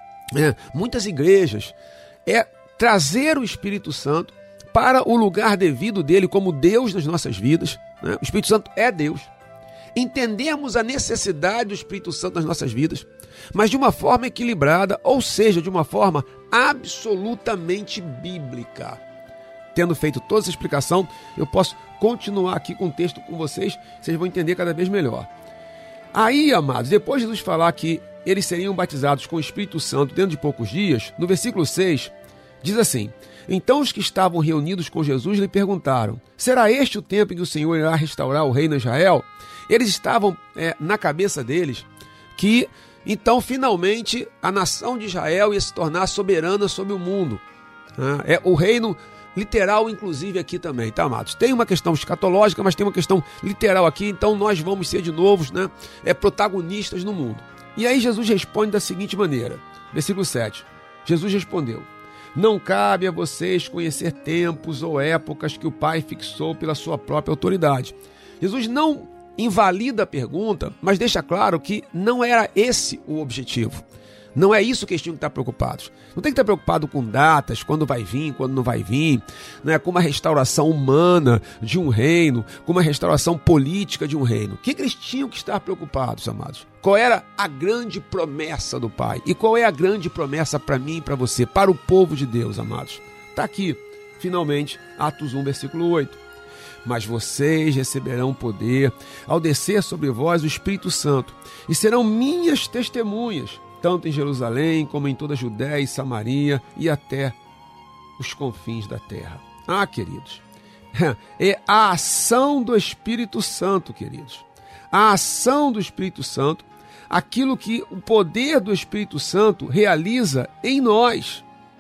[SPEAKER 3] é, muitas igrejas é trazer o Espírito Santo para o lugar devido dele como Deus nas nossas vidas, né? O Espírito Santo é Deus. Entendemos a necessidade do Espírito Santo nas nossas vidas, mas de uma forma equilibrada, ou seja, de uma forma absolutamente bíblica. Tendo feito toda essa explicação, eu posso continuar aqui com o texto com vocês, vocês vão entender cada vez melhor. Aí, amados, depois de nos falar que eles seriam batizados com o Espírito Santo dentro de poucos dias, no versículo seis, diz assim: então os que estavam reunidos com Jesus lhe perguntaram: será este o tempo em que o Senhor irá restaurar o reino de Israel? Eles estavam é, na cabeça deles que, então, finalmente, a nação de Israel ia se tornar soberana sobre o mundo. É o reino literal, inclusive, aqui também, tá, amados? Tem uma questão escatológica, mas tem uma questão literal aqui, então nós vamos ser de novo, né, é, protagonistas no mundo. E aí Jesus responde da seguinte maneira, versículo sete. Jesus respondeu: não cabe a vocês conhecer tempos ou épocas que o Pai fixou pela sua própria autoridade. Jesus não invalida a pergunta, mas deixa claro que não era esse o objetivo. Não é isso que eles tinham que estar preocupados. Não tem que estar preocupado com datas, quando vai vir, quando não vai vir, né? Com uma restauração humana de um reino, com uma restauração política de um reino. O que, que eles tinham que estar preocupados, amados? Qual era a grande promessa do Pai? E qual é a grande promessa para mim e para você, para o povo de Deus, amados? Está aqui, finalmente, Atos um, versículo oito. Mas vocês receberão poder ao descer sobre vós o Espírito Santo, e serão minhas testemunhas, tanto em Jerusalém como em toda a Judéia e Samaria e até os confins da terra. Ah, queridos, é a ação do Espírito Santo, queridos. A ação do Espírito Santo, aquilo que o poder do Espírito Santo realiza em nós.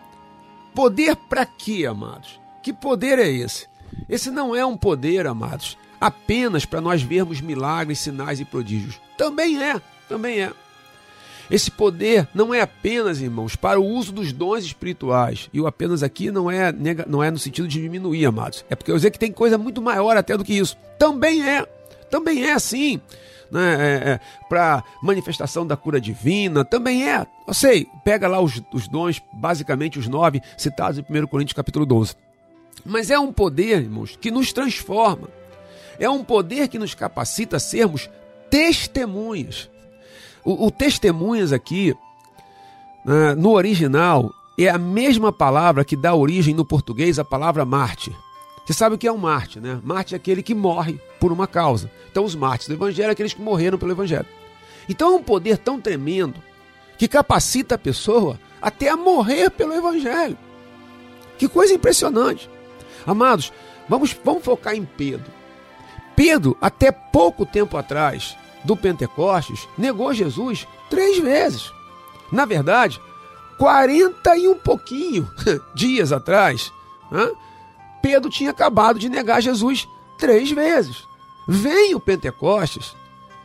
[SPEAKER 3] Poder para quê, amados? Que poder é esse? Esse não é um poder, amados, apenas para nós vermos milagres, sinais e prodígios. Também é, também é. Esse poder não é apenas, irmãos, para o uso dos dons espirituais. E o apenas aqui não é, não é no sentido de diminuir, amados. É porque eu sei que tem coisa muito maior até do que isso. Também é, também é assim, né? É, é, para manifestação da cura divina, também é. Eu sei, pega lá os, os dons, basicamente os nove citados em primeiro Coríntios capítulo doze. Mas é um poder, irmãos, que nos transforma. É um poder que nos capacita a sermos testemunhas. O, o testemunhas aqui, né, no original, é a mesma palavra que dá origem no português à palavra mártir. Você sabe o que é um mártir, né? Mártir é aquele que morre por uma causa. Então os mártires do evangelho são aqueles que morreram pelo evangelho. Então é um poder tão tremendo que capacita a pessoa até a morrer pelo evangelho. Que coisa impressionante. Amados, vamos, vamos focar em Pedro. Pedro, até pouco tempo atrás do Pentecostes, negou Jesus três vezes. Na verdade, quarenta e um pouquinho dias atrás, né, Pedro tinha acabado de negar Jesus três vezes. Vem o Pentecostes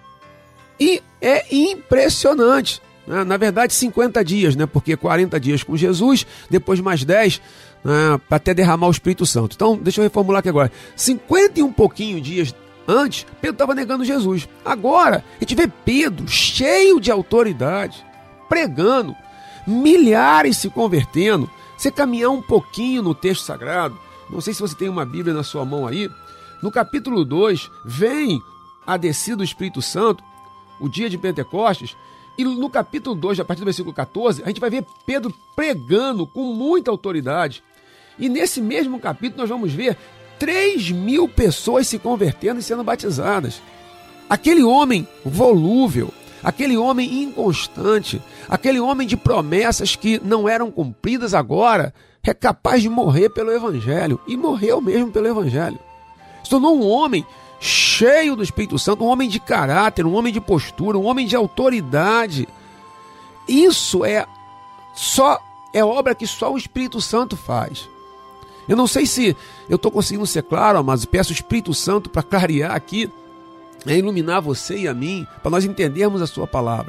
[SPEAKER 3] e é impressionante. Né? Na verdade, cinquenta dias, né, porque quarenta dias com Jesus, depois mais dez, né, para até derramar o Espírito Santo. Então, deixa eu reformular aqui agora. cinquenta e um pouquinho dias antes, Pedro estava negando Jesus. Agora, a gente vê Pedro cheio de autoridade, pregando, milhares se convertendo. Você caminhar um pouquinho no texto sagrado, não sei se você tem uma Bíblia na sua mão aí, no capítulo dois, vem a descida do Espírito Santo, o dia de Pentecostes, e no capítulo dois, a partir do versículo catorze, a gente vai ver Pedro pregando com muita autoridade. E nesse mesmo capítulo nós vamos ver três mil pessoas se convertendo e sendo batizadas. Aquele homem volúvel, aquele homem inconstante, aquele homem de promessas que não eram cumpridas agora, é capaz de morrer pelo Evangelho. E morreu mesmo pelo Evangelho. Se tornou um homem cheio do Espírito Santo, um homem de caráter, um homem de postura, um homem de autoridade. Isso é só é obra que só o Espírito Santo faz. Eu não sei se eu estou conseguindo ser claro, mas peço o Espírito Santo para clarear aqui, é iluminar você e a mim, para nós entendermos a sua palavra.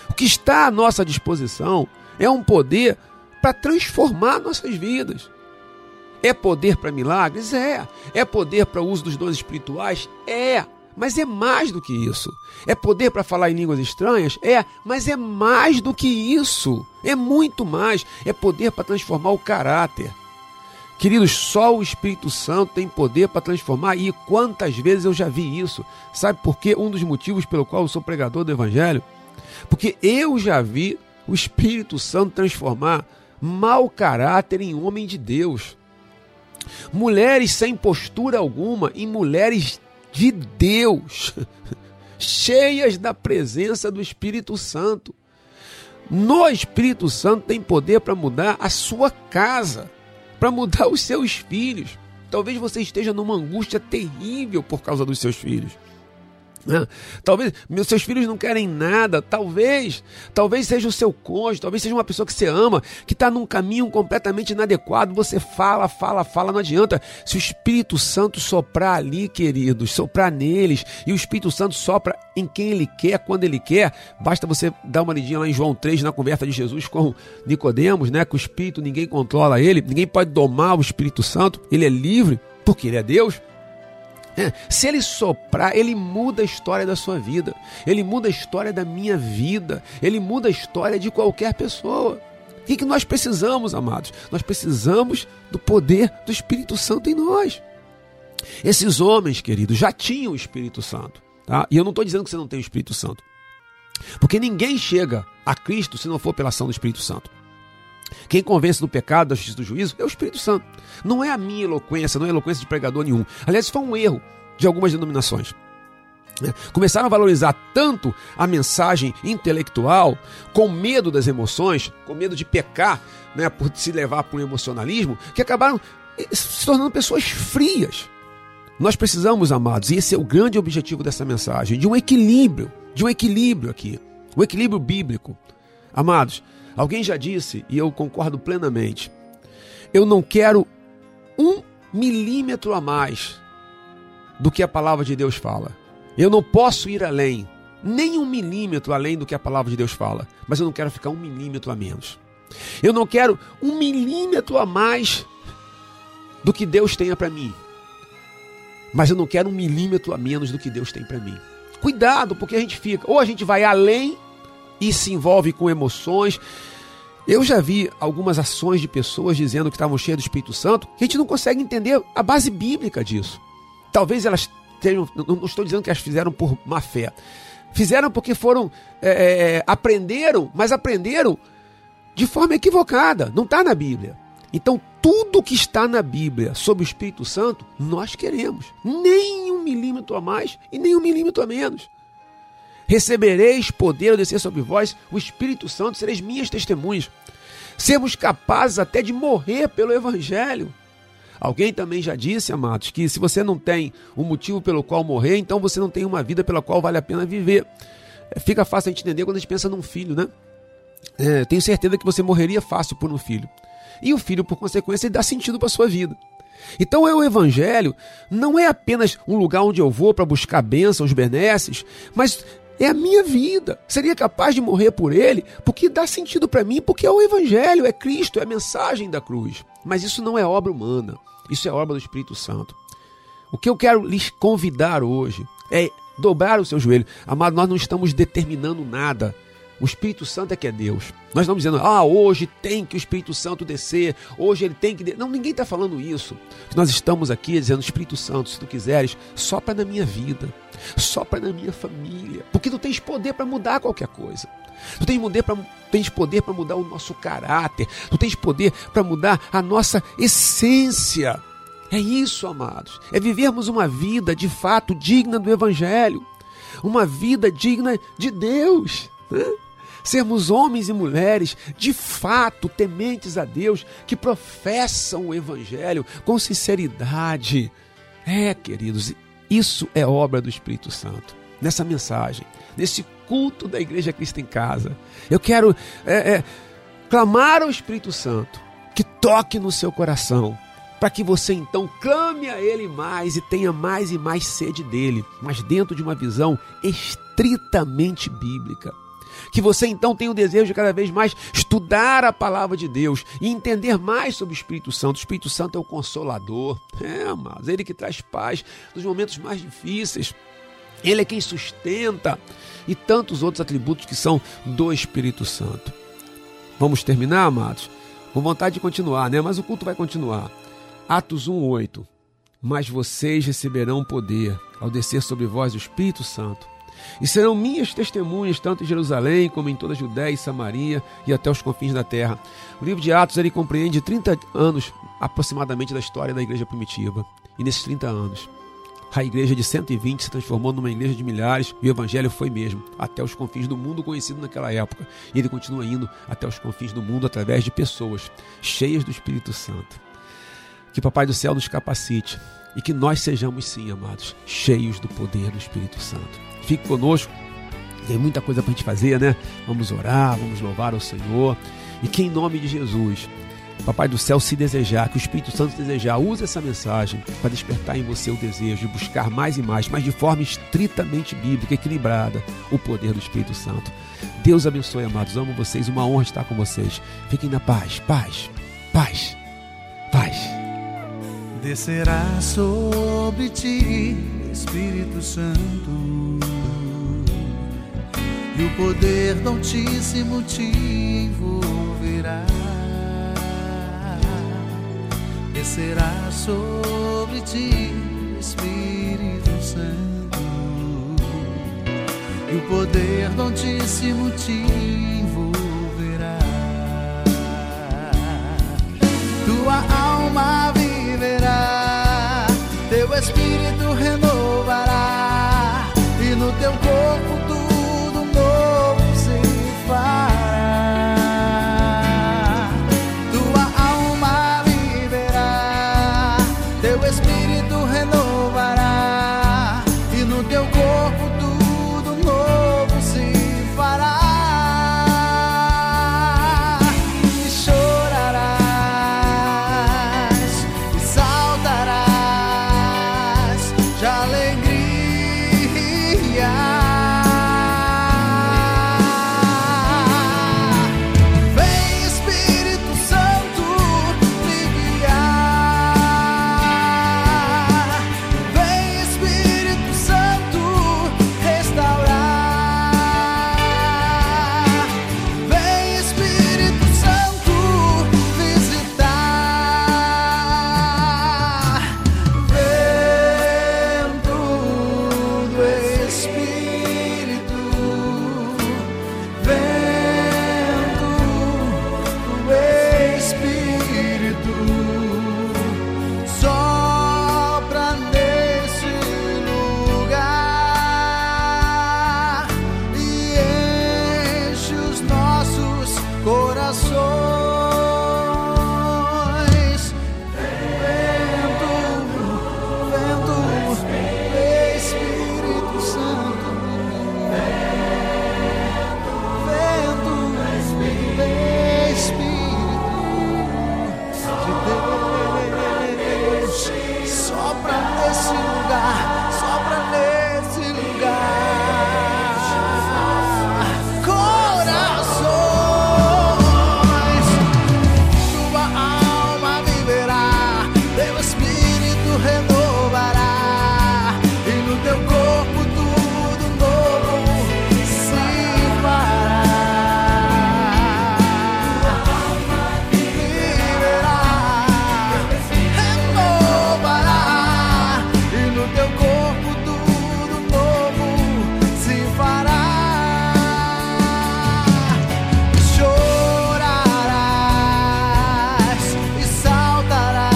[SPEAKER 3] O que está à nossa disposição é um poder para transformar nossas vidas. É poder para milagres? É. É poder para o uso dos dons espirituais? É. Mas é mais do que isso. É poder para falar em línguas estranhas? É. Mas é mais do que isso. É muito mais. É poder para transformar o caráter. Queridos, só o Espírito Santo tem poder para transformar. E quantas vezes eu já vi isso? Sabe por quê? Um dos motivos pelo qual eu sou pregador do Evangelho? Porque eu já vi o Espírito Santo transformar mau caráter em homem de Deus. Mulheres sem postura alguma em mulheres de Deus, cheias da presença do Espírito Santo. No Espírito Santo tem poder para mudar a sua casa, para mudar os seus filhos. Talvez você esteja numa angústia terrível por causa dos seus filhos. Talvez meus seus filhos não querem nada, talvez, talvez seja o seu cônjuge, talvez seja uma pessoa que você ama, que está num caminho completamente inadequado. Você fala, fala, fala, não adianta. Se o Espírito Santo soprar ali, queridos, soprar neles, e o Espírito Santo sopra em quem Ele quer, quando Ele quer, basta você dar uma lidinha lá em João três, na conversa de Jesus com Nicodemos, né, que o Espírito, ninguém controla Ele, ninguém pode domar o Espírito Santo, Ele é livre, porque Ele é Deus. É, se Ele soprar, Ele muda a história da sua vida, Ele muda a história da minha vida, Ele muda a história de qualquer pessoa. O que, que nós precisamos, amados? Nós precisamos do poder do Espírito Santo em nós. Esses homens, queridos, já tinham o Espírito Santo, tá? E eu não estou dizendo que você não tem o Espírito Santo, porque ninguém chega a Cristo se não for pela ação do Espírito Santo. Quem convence do pecado, da justiça e do juízo é o Espírito Santo. Não é a minha eloquência, não é a eloquência de pregador nenhum. Aliás, isso foi um erro de algumas denominações. Começaram a valorizar tanto a mensagem intelectual, com medo das emoções, com medo de pecar, né, por se levar para um emocionalismo, que acabaram se tornando pessoas frias. Nós precisamos, amados, e esse é o grande objetivo dessa mensagem, de um equilíbrio, de um equilíbrio aqui, um equilíbrio bíblico. Amados, alguém já disse, e eu concordo plenamente, eu não quero um milímetro a mais do que a palavra de Deus fala. Eu não posso ir além, nem um milímetro além do que a palavra de Deus fala, mas eu não quero ficar um milímetro a menos. Eu não quero um milímetro a mais do que Deus tenha para mim, mas eu não quero um milímetro a menos do que Deus tem para mim. Cuidado, porque a gente fica, ou a gente vai além e se envolve com emoções. Eu já vi algumas ações de pessoas dizendo que estavam cheias do Espírito Santo, que a gente não consegue entender a base bíblica disso. Talvez elas tenham, não estou dizendo que elas fizeram por má fé, fizeram porque foram, é, aprenderam, mas aprenderam de forma equivocada, não está na Bíblia. Então tudo que está na Bíblia sobre o Espírito Santo, nós queremos, nem um milímetro a mais e nem um milímetro a menos. Recebereis poder ao descer sobre vós o Espírito Santo, sereis minhas testemunhas. Sermos capazes até de morrer pelo Evangelho. Alguém também já disse, amados, que se você não tem um motivo pelo qual morrer, então você não tem uma vida pela qual vale a pena viver. Fica fácil a gente entender quando a gente pensa num filho, né? É, tenho certeza que você morreria fácil por um filho. E o filho, por consequência, ele dá sentido para a sua vida. Então é o Evangelho, não é apenas um lugar onde eu vou para buscar bênçãos, benesses, mas é a minha vida. Seria capaz de morrer por ele, porque dá sentido para mim, porque é o Evangelho, é Cristo, é a mensagem da cruz. Mas isso não é obra humana, isso é obra do Espírito Santo. O que eu quero lhes convidar hoje é dobrar o seu joelho. Amado, nós não estamos determinando nada. O Espírito Santo é que é Deus. Nós estamos dizendo, ah, hoje tem que o Espírito Santo descer, hoje ele tem que... De... Não, ninguém está falando isso. Nós estamos aqui dizendo, Espírito Santo, se tu quiseres, sopra na minha vida, sopra na minha família, porque tu tens poder para mudar qualquer coisa. Tu tens poder para tens poder para mudar o nosso caráter, tu tens poder para mudar a nossa essência. É isso, amados. É vivermos uma vida, de fato, digna do Evangelho, uma vida digna de Deus, né? Sermos homens e mulheres, de fato, tementes a Deus, que professam o Evangelho com sinceridade. É, queridos, isso é obra do Espírito Santo. Nessa mensagem, nesse culto da Igreja Cristo em Casa, eu quero é, é, clamar ao Espírito Santo que toque no seu coração, para que você então clame a Ele mais e tenha mais e mais sede dele, mas dentro de uma visão estritamente bíblica. Que você então tenha o desejo de cada vez mais estudar a palavra de Deus e entender mais sobre o Espírito Santo. O Espírito Santo é o Consolador, é, amados, ele que traz paz nos momentos mais difíceis. Ele é quem sustenta e tantos outros atributos que são do Espírito Santo. Vamos terminar, amados? Com vontade de continuar, né? Mas o culto vai continuar. Atos um, oito. Mas vocês receberão poder ao descer sobre vós o Espírito Santo e serão minhas testemunhas tanto em Jerusalém como em toda a Judéia e Samaria e até os confins da terra. O livro de Atos ele compreende trinta anos aproximadamente da história da igreja primitiva. E nesses trinta anos, a igreja de cento e vinte se transformou numa igreja de milhares e o evangelho foi mesmo até os confins do mundo conhecido naquela época. E ele continua indo até os confins do mundo através de pessoas cheias do Espírito Santo. Que o Papai do Céu nos capacite e que nós sejamos sim, amados, cheios do poder do Espírito Santo. Fique conosco, tem muita coisa para a gente fazer, né? Vamos orar, vamos louvar ao Senhor. E que em nome de Jesus, Papai do Céu, se desejar, que o Espírito Santo se desejar, use essa mensagem para despertar em você o desejo de buscar mais e mais, mas de forma estritamente bíblica, equilibrada, o poder do Espírito Santo. Deus abençoe, amados, amo vocês, uma honra estar com vocês. Fiquem na paz, paz, paz, paz.
[SPEAKER 9] Descerá sobre ti, Espírito Santo, e o poder do Altíssimo te envolverá. Descerá sobre ti, Espírito Santo, e o poder do Altíssimo te envolverá. Tua alma viverá, teu espírito renovará, e no teu corpo tudo novo se fará. Tua alma viverá, teu espírito renovará, e no teu corpo tudo novo se fará. E chorarás, e saltarás de alegria. Vem Espírito Santo me guiar, vem Espírito Santo restaurar, vem Espírito Santo visitar. Vento do Espírito, vento do Espírito, sopra nesse lugar e enche os nossos corações. Vento, vento do Espírito Santo, vento do Espírito de Deus, sopra nesse lugar, sopra nesse lugar. Corações, tua alma viverá, teu espírito renovará, e no teu corpo tudo novo se fará. Tua alma viverá, renovará, e no teu corpo tudo novo se fará. Chorarás e saltarás,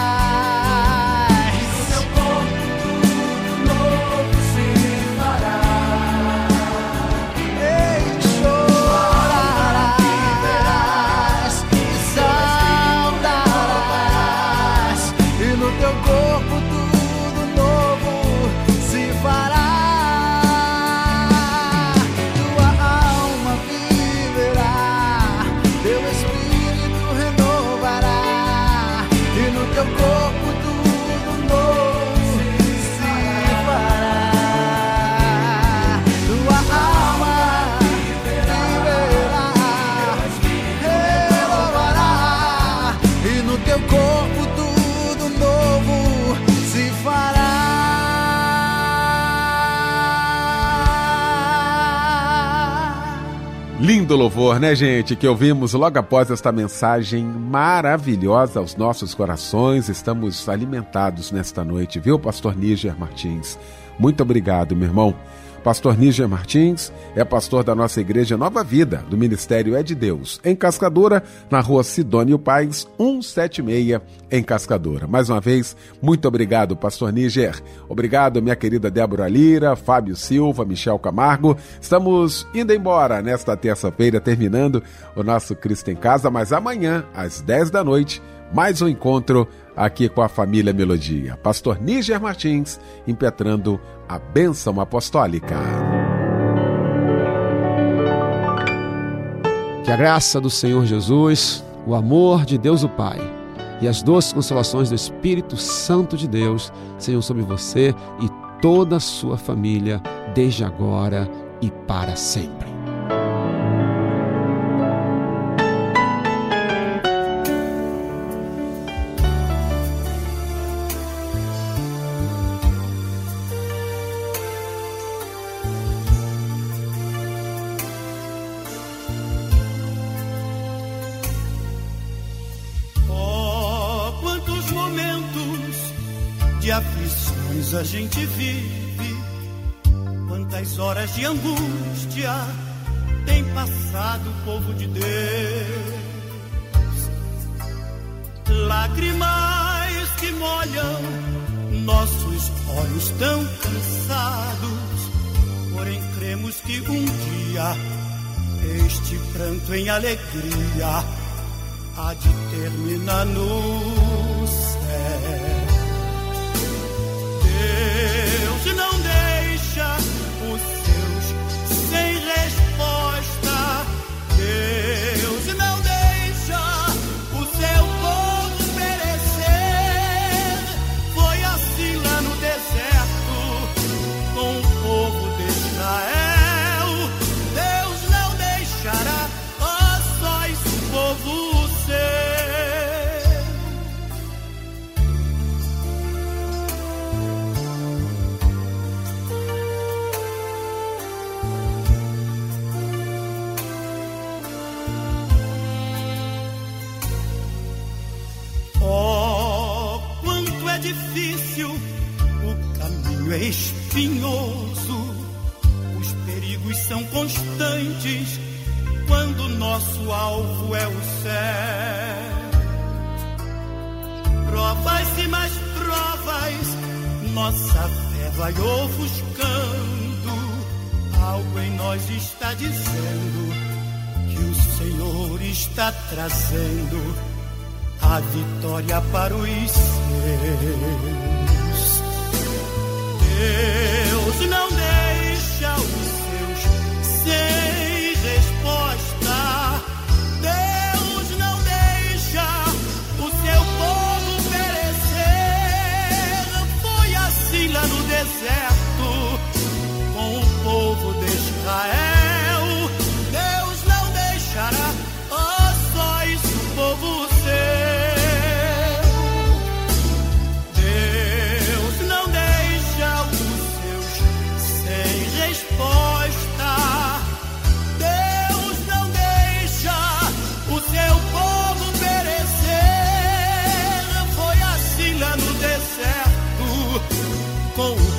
[SPEAKER 9] no teu corpo tudo novo se fará. Ei, chorarás e saltarás, e no teu corpo tudo novo se fará. Tua alma viverá, teu espírito renovará, e no teu corpo tudo novo se fará. Tua alma viverá, corpo tudo novo se fará.
[SPEAKER 2] Lindo louvor, né, gente? Que ouvimos logo após esta mensagem maravilhosa aos nossos corações. Estamos alimentados nesta noite, viu, pastor Níger Martins? Muito obrigado, meu irmão. Pastor Níger Martins é pastor da nossa igreja Nova Vida, do Ministério É de Deus, em Cascadura, na rua Sidônio Paz, cento e setenta e seis, em Cascadura. Mais uma vez, muito obrigado, pastor Níger. Obrigado, minha querida Débora Lira, Fábio Silva, Michel Camargo. Estamos indo embora nesta terça-feira, terminando o nosso Cristo em Casa, mas amanhã, às dez da noite, mais um encontro aqui com a família Melodia. Pastor Níger Martins, impetrando a bênção apostólica.
[SPEAKER 3] Que a graça do Senhor Jesus, o amor de Deus o Pai e as doces consolações do Espírito Santo de Deus sejam sobre você e toda a sua família, desde agora e para sempre.
[SPEAKER 8] A gente vive, quantas horas de angústia tem passado o povo de Deus, lágrimas que molham nossos olhos tão cansados, porém cremos que um dia este pranto em alegria há de terminar no céu. Deus não deixa os seus sem resposta. Deus não deixa o seu povo perecer. Foi assim lá no deserto com o povo de Israel. Deus não deixará a sós o povo ser. Difícil, o caminho é espinhoso, os perigos são constantes quando nosso alvo é o céu. Provas e mais provas, nossa fé vai ofuscando. Algo em nós está dizendo que o Senhor está trazendo a vitória para os seus. Deus não deixa os seus sem resposta. Deus não deixa o seu povo perecer. Foi assim lá no deserto com o povo de Israel. Deus não deixará a sós o povo ser. Resposta. Deus não deixa o seu povo perecer. Foi assim lá no deserto com o